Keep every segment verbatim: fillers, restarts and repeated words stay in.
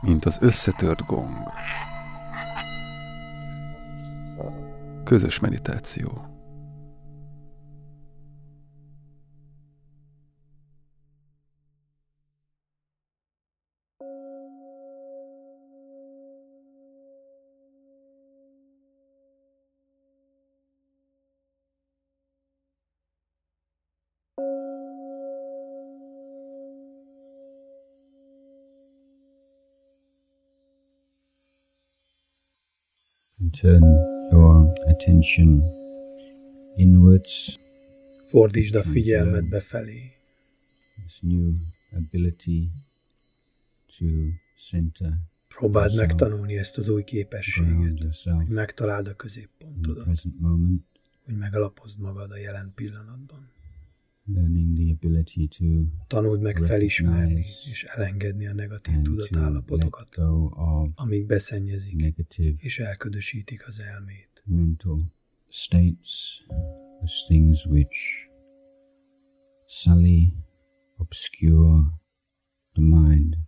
mint az összetört gong. Közös meditáció. Turn your attention inwards. Fordítsd a figyelmet befelé. This new ability to center. Próbáld megtanulni ezt az új képességet, hogy megtaláld a középpontodat, hogy megalapozd magad a jelen pillanatban. Tanuld meg felismerni és elengedni a negatív tudatállapotokat, amik beszennyezik és elködösítik az elmét. Mental states, those things which sully, obscure the mind.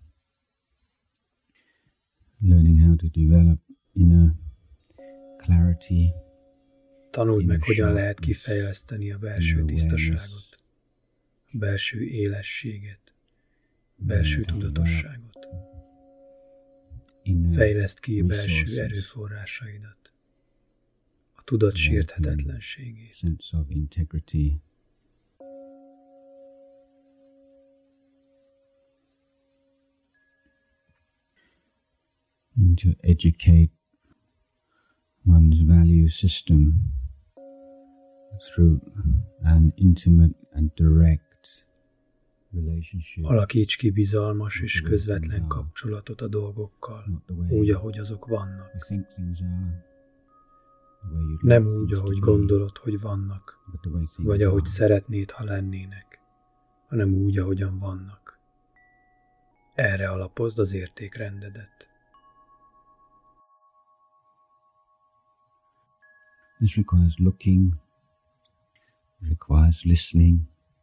Learning how to develop inner clarity. Tanuld meg, hogyan lehet kifejleszteni a belső tisztaságot, a belső élességet, belső tudatosságot. Fejleszd ki belső erőforrásaidat, a tudat sérthetetlenségét. And to educate one's value system through an intimate and direct relationship. Alakíts ki bizalmas és közvetlen kapcsolatot a dolgokkal, úgy, ahogy azok vannak. Nem úgy, ahogy gondolod, hogy vannak, vagy ahogy szeretnéd, ha lennének, hanem úgy, ahogyan vannak. Erre alapozd az értékrendedet. This requires looking, requires listening,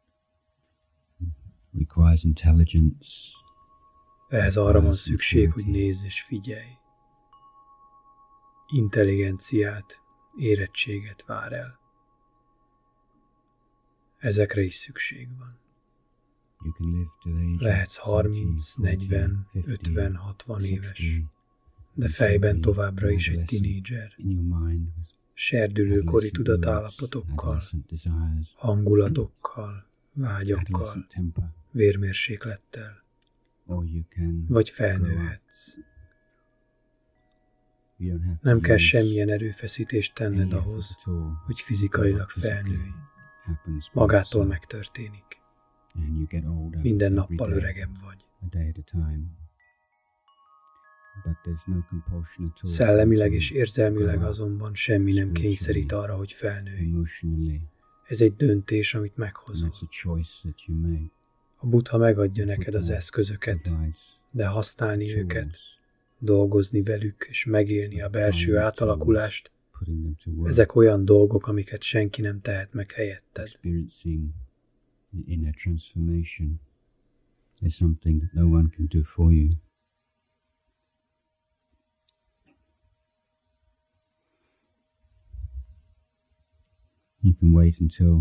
requires intelligence. Ehhez arra van szükség, hogy nézz és figyelj. Intelligenciát, érettséget vár el. Ezekre is szükség van. Lehetsz harminc, negyven, ötven, hatvan éves, de fejben továbbra is egy tinédzser. Serdülőkori tudatállapotokkal, hangulatokkal, vágyakkal, vérmérséklettel, vagy felnőhetsz. Nem kell semmilyen erőfeszítést tenned ahhoz, hogy fizikailag felnőj. Magától megtörténik. Minden nappal öregebb vagy. Szellemileg és érzelmileg azonban semmi nem kényszerít arra, hogy felnőj. Ez egy döntés, amit meghozol. A Buddha megadja neked az eszközöket, de használni őket, dolgozni velük és megélni a belső átalakulást, ezek olyan dolgok, amiket senki nem tehet meg helyetted. You can wait until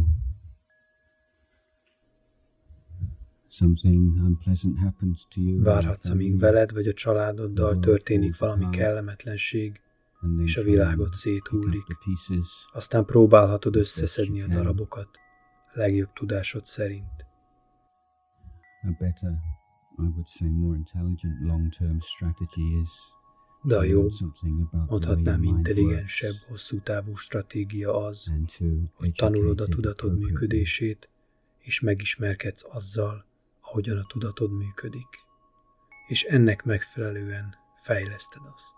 something unpleasant happens to you. Várhatsz, amíg veled vagy a családoddal történik valami kellemetlenség, és a világot széthullik. Aztán próbálhatod összeszedni a darabokat, legjobb tudásod szerint. A better, I would say more intelligent long-term strategy is. De a jobb, mondhatnám intelligensebb, hosszú távú stratégia az, hogy tanulod a tudatod működését, és megismerkedsz azzal, ahogyan a tudatod működik, és ennek megfelelően fejleszted azt.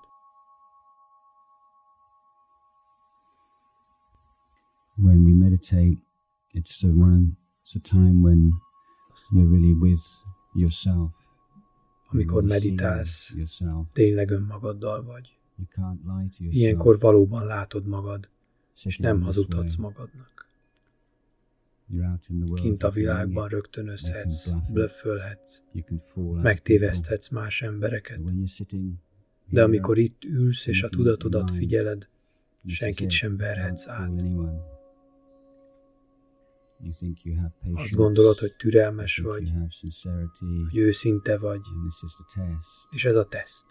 When we meditate, it's the one, it's a time when you're really with yourself. Amikor meditálsz, tényleg önmagaddal vagy. Ilyenkor valóban látod magad, és nem hazudhatsz magadnak. Kint a világban rögtönözhetsz, blöffölhetsz, megtéveszthetsz más embereket. De amikor itt ülsz és a tudatodat figyeled, senkit sem verhetsz át. Azt gondolod, hogy türelmes vagy, hogy őszinte vagy, és ez a teszt.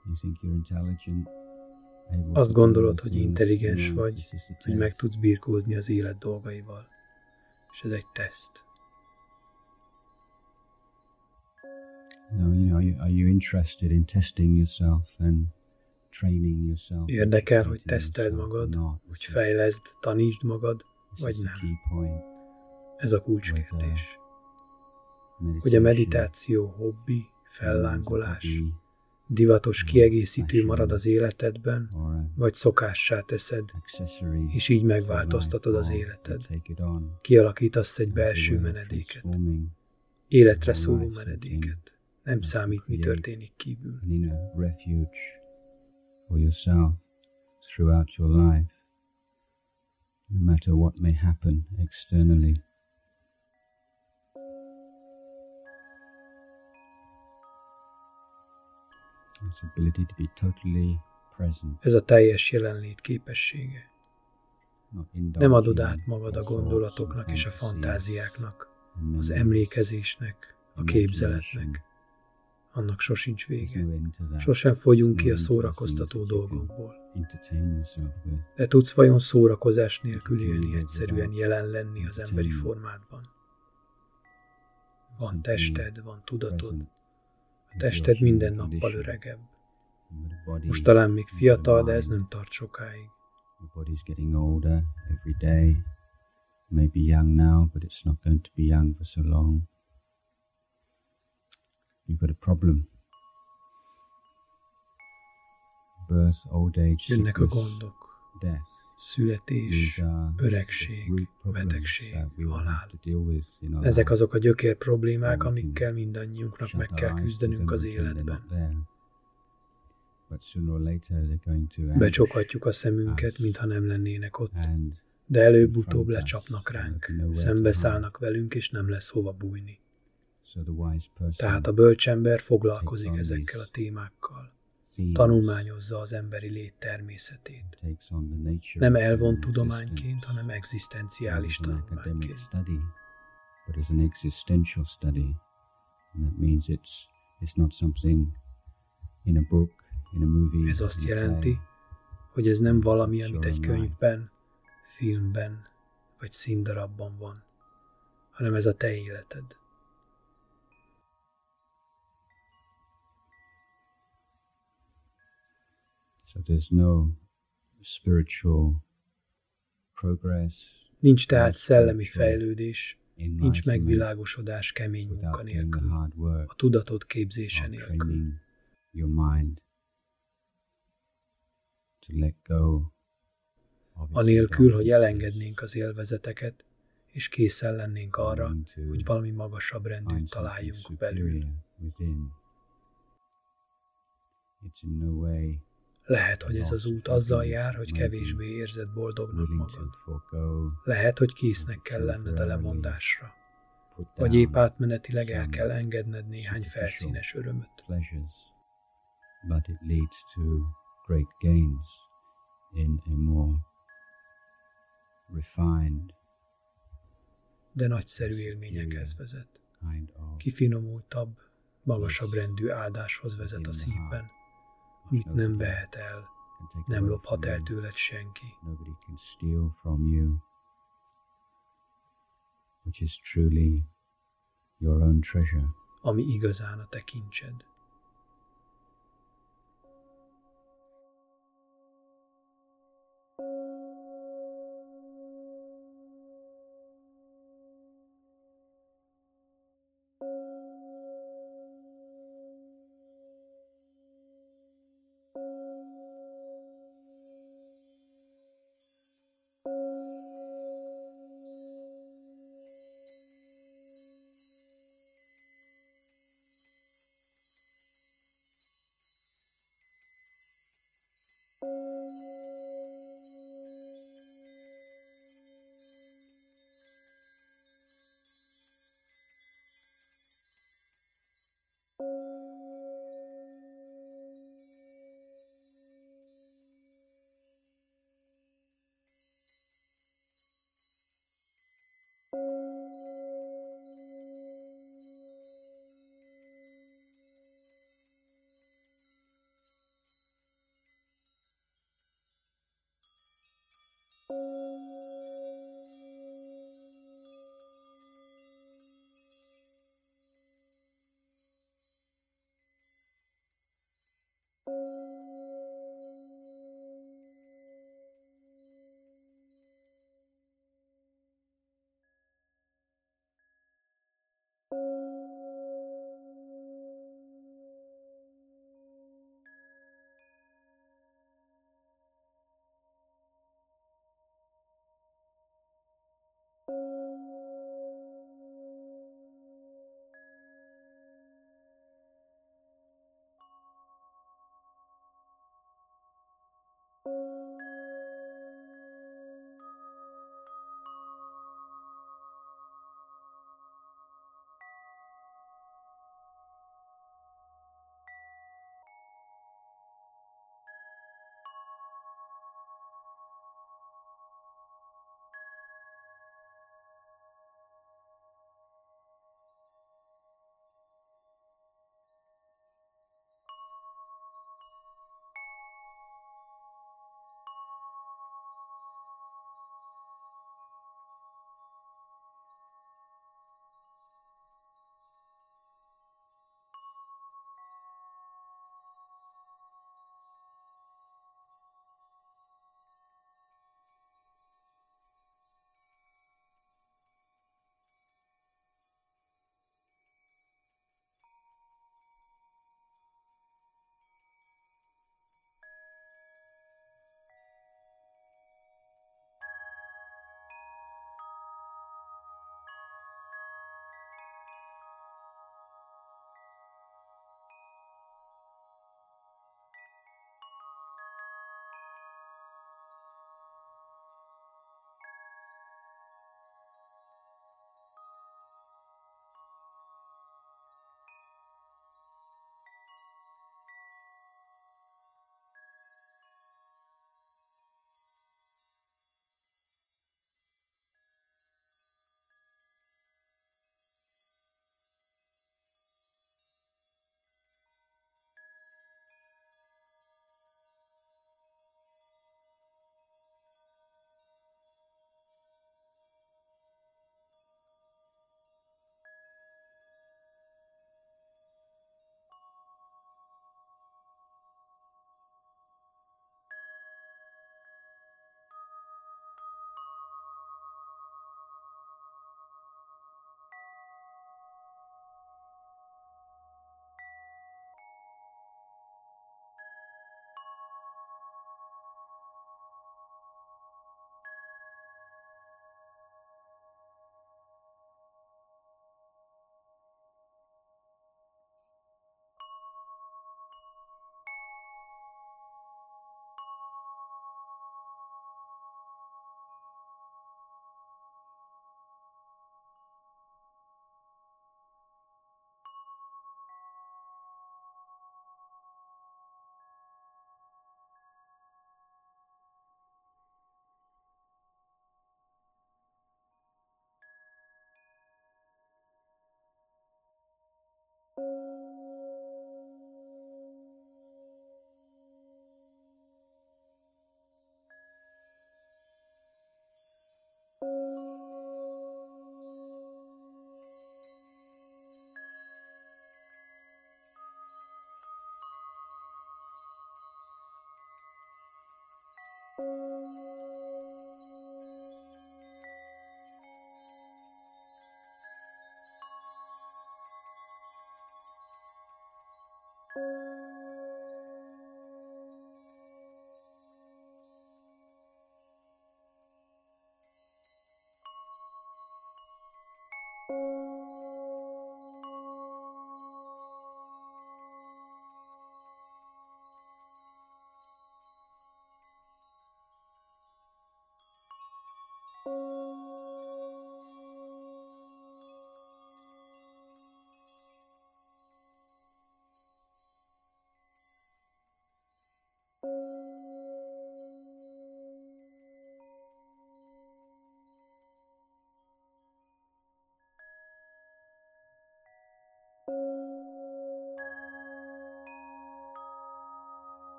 Azt gondolod, hogy intelligens vagy, hogy meg tudsz birkózni az élet dolgaival, és ez egy teszt. Érdekel, hogy teszteld magad, hogy fejleszd, tanítsd magad, vagy nem. Ez a kulcskérdés. Hogy a meditáció hobbi, fellángolás, divatos kiegészítő marad az életedben, vagy szokássá teszed, és így megváltoztatod az életed. Kialakítasz egy belső menedéket, életre szóló menedéket. Nem számít, mi történik kívül. No matter what may happen externally. This ability to be totally present. Ez a teljes jelenlét képessége. Nem adod át magad a gondolatoknak és a fantáziáknak, az emlékezésnek, a képzeletnek. Annak sosincs vége. Sosem fogyunk ki a szórakoztató dolgokból. De tudsz vajon szórakozás nélkül élni, egyszerűen jelen lenni az emberi formádban? Van tested, van tudatod. A tested minden nappal öregebb. Most talán még fiatal, de ez nem tart sokáig. Maybe young now, but it's not going to be young for so long. You've got a problem. Birth, old age, jönnek a sickness, gondok, death. Születés, öregség, betegség, halál. Ezek azok a gyökér problémák, amikkel mindannyiunknak meg kell küzdenünk az életben. Becsukhatjuk a szemünket, mintha nem lennének ott, de előbb-utóbb lecsapnak ránk, szembeszállnak velünk, és nem lesz hova bújni. Tehát a bölcsember foglalkozik ezekkel a témákkal. Tanulmányozza az emberi lét természetét. Nem elvont tudományként, hanem egzisztenciális tanulmányként. Ez azt jelenti, hogy ez nem valami, amit egy könyvben, filmben vagy színdarabban van, hanem ez a te életed. So there's no spiritual progress. Nincs tehát szellemi fejlődés, nincs megvilágosodás kemény munka nélkül, a tudatod képzése nélkül. Anélkül, hogy elengednénk az élvezeteket, és készen lennénk arra, hogy valami magasabb rendűt találjunk belül. Lehet, hogy ez az út azzal jár, hogy kevésbé érzed boldognak magad. Lehet, hogy késznek kell lenned a lemondásra. Vagy épp átmenetileg el kell engedned néhány felszínes örömöt. But it leads to great gains in a more refined, de nagyszerű élményekhez vezet. Kifinomultabb, magasabb rendű áldáshoz vezet a szívben, amit nem vehet el, nem lophat el tőled senki. Nobody can steal from you, which is truly your own treasure. Ami igazán a te kincsed.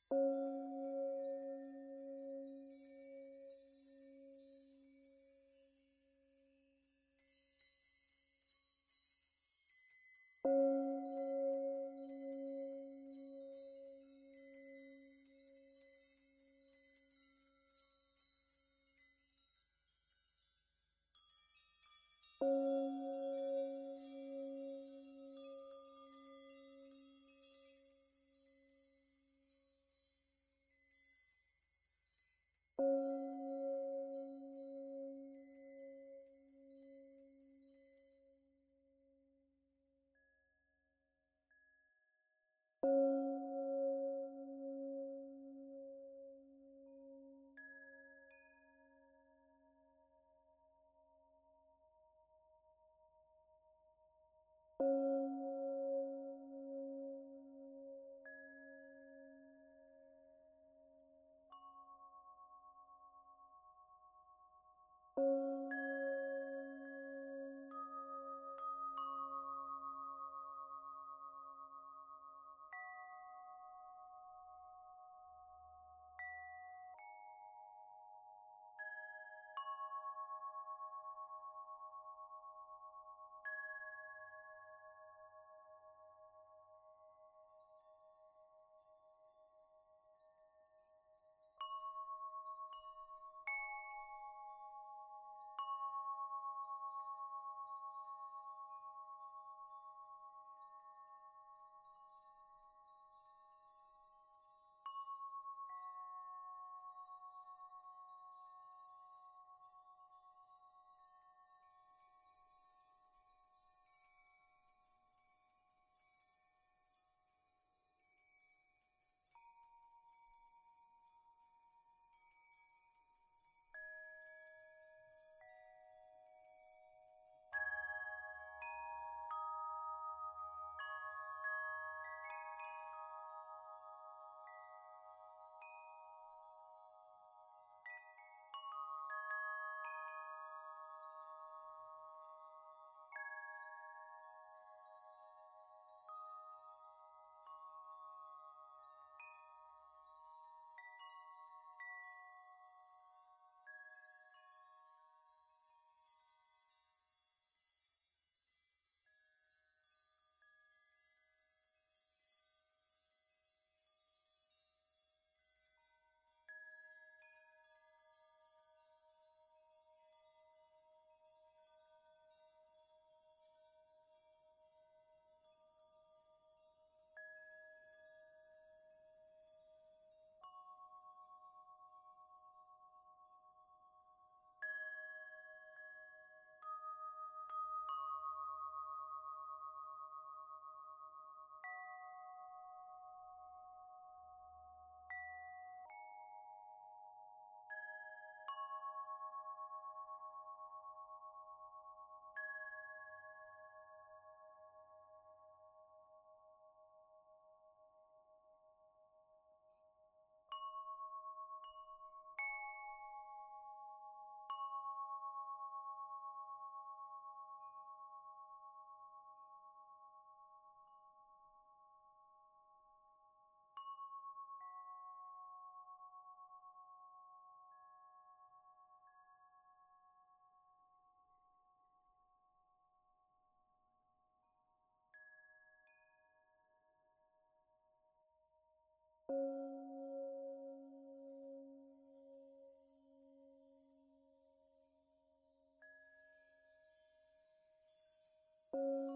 you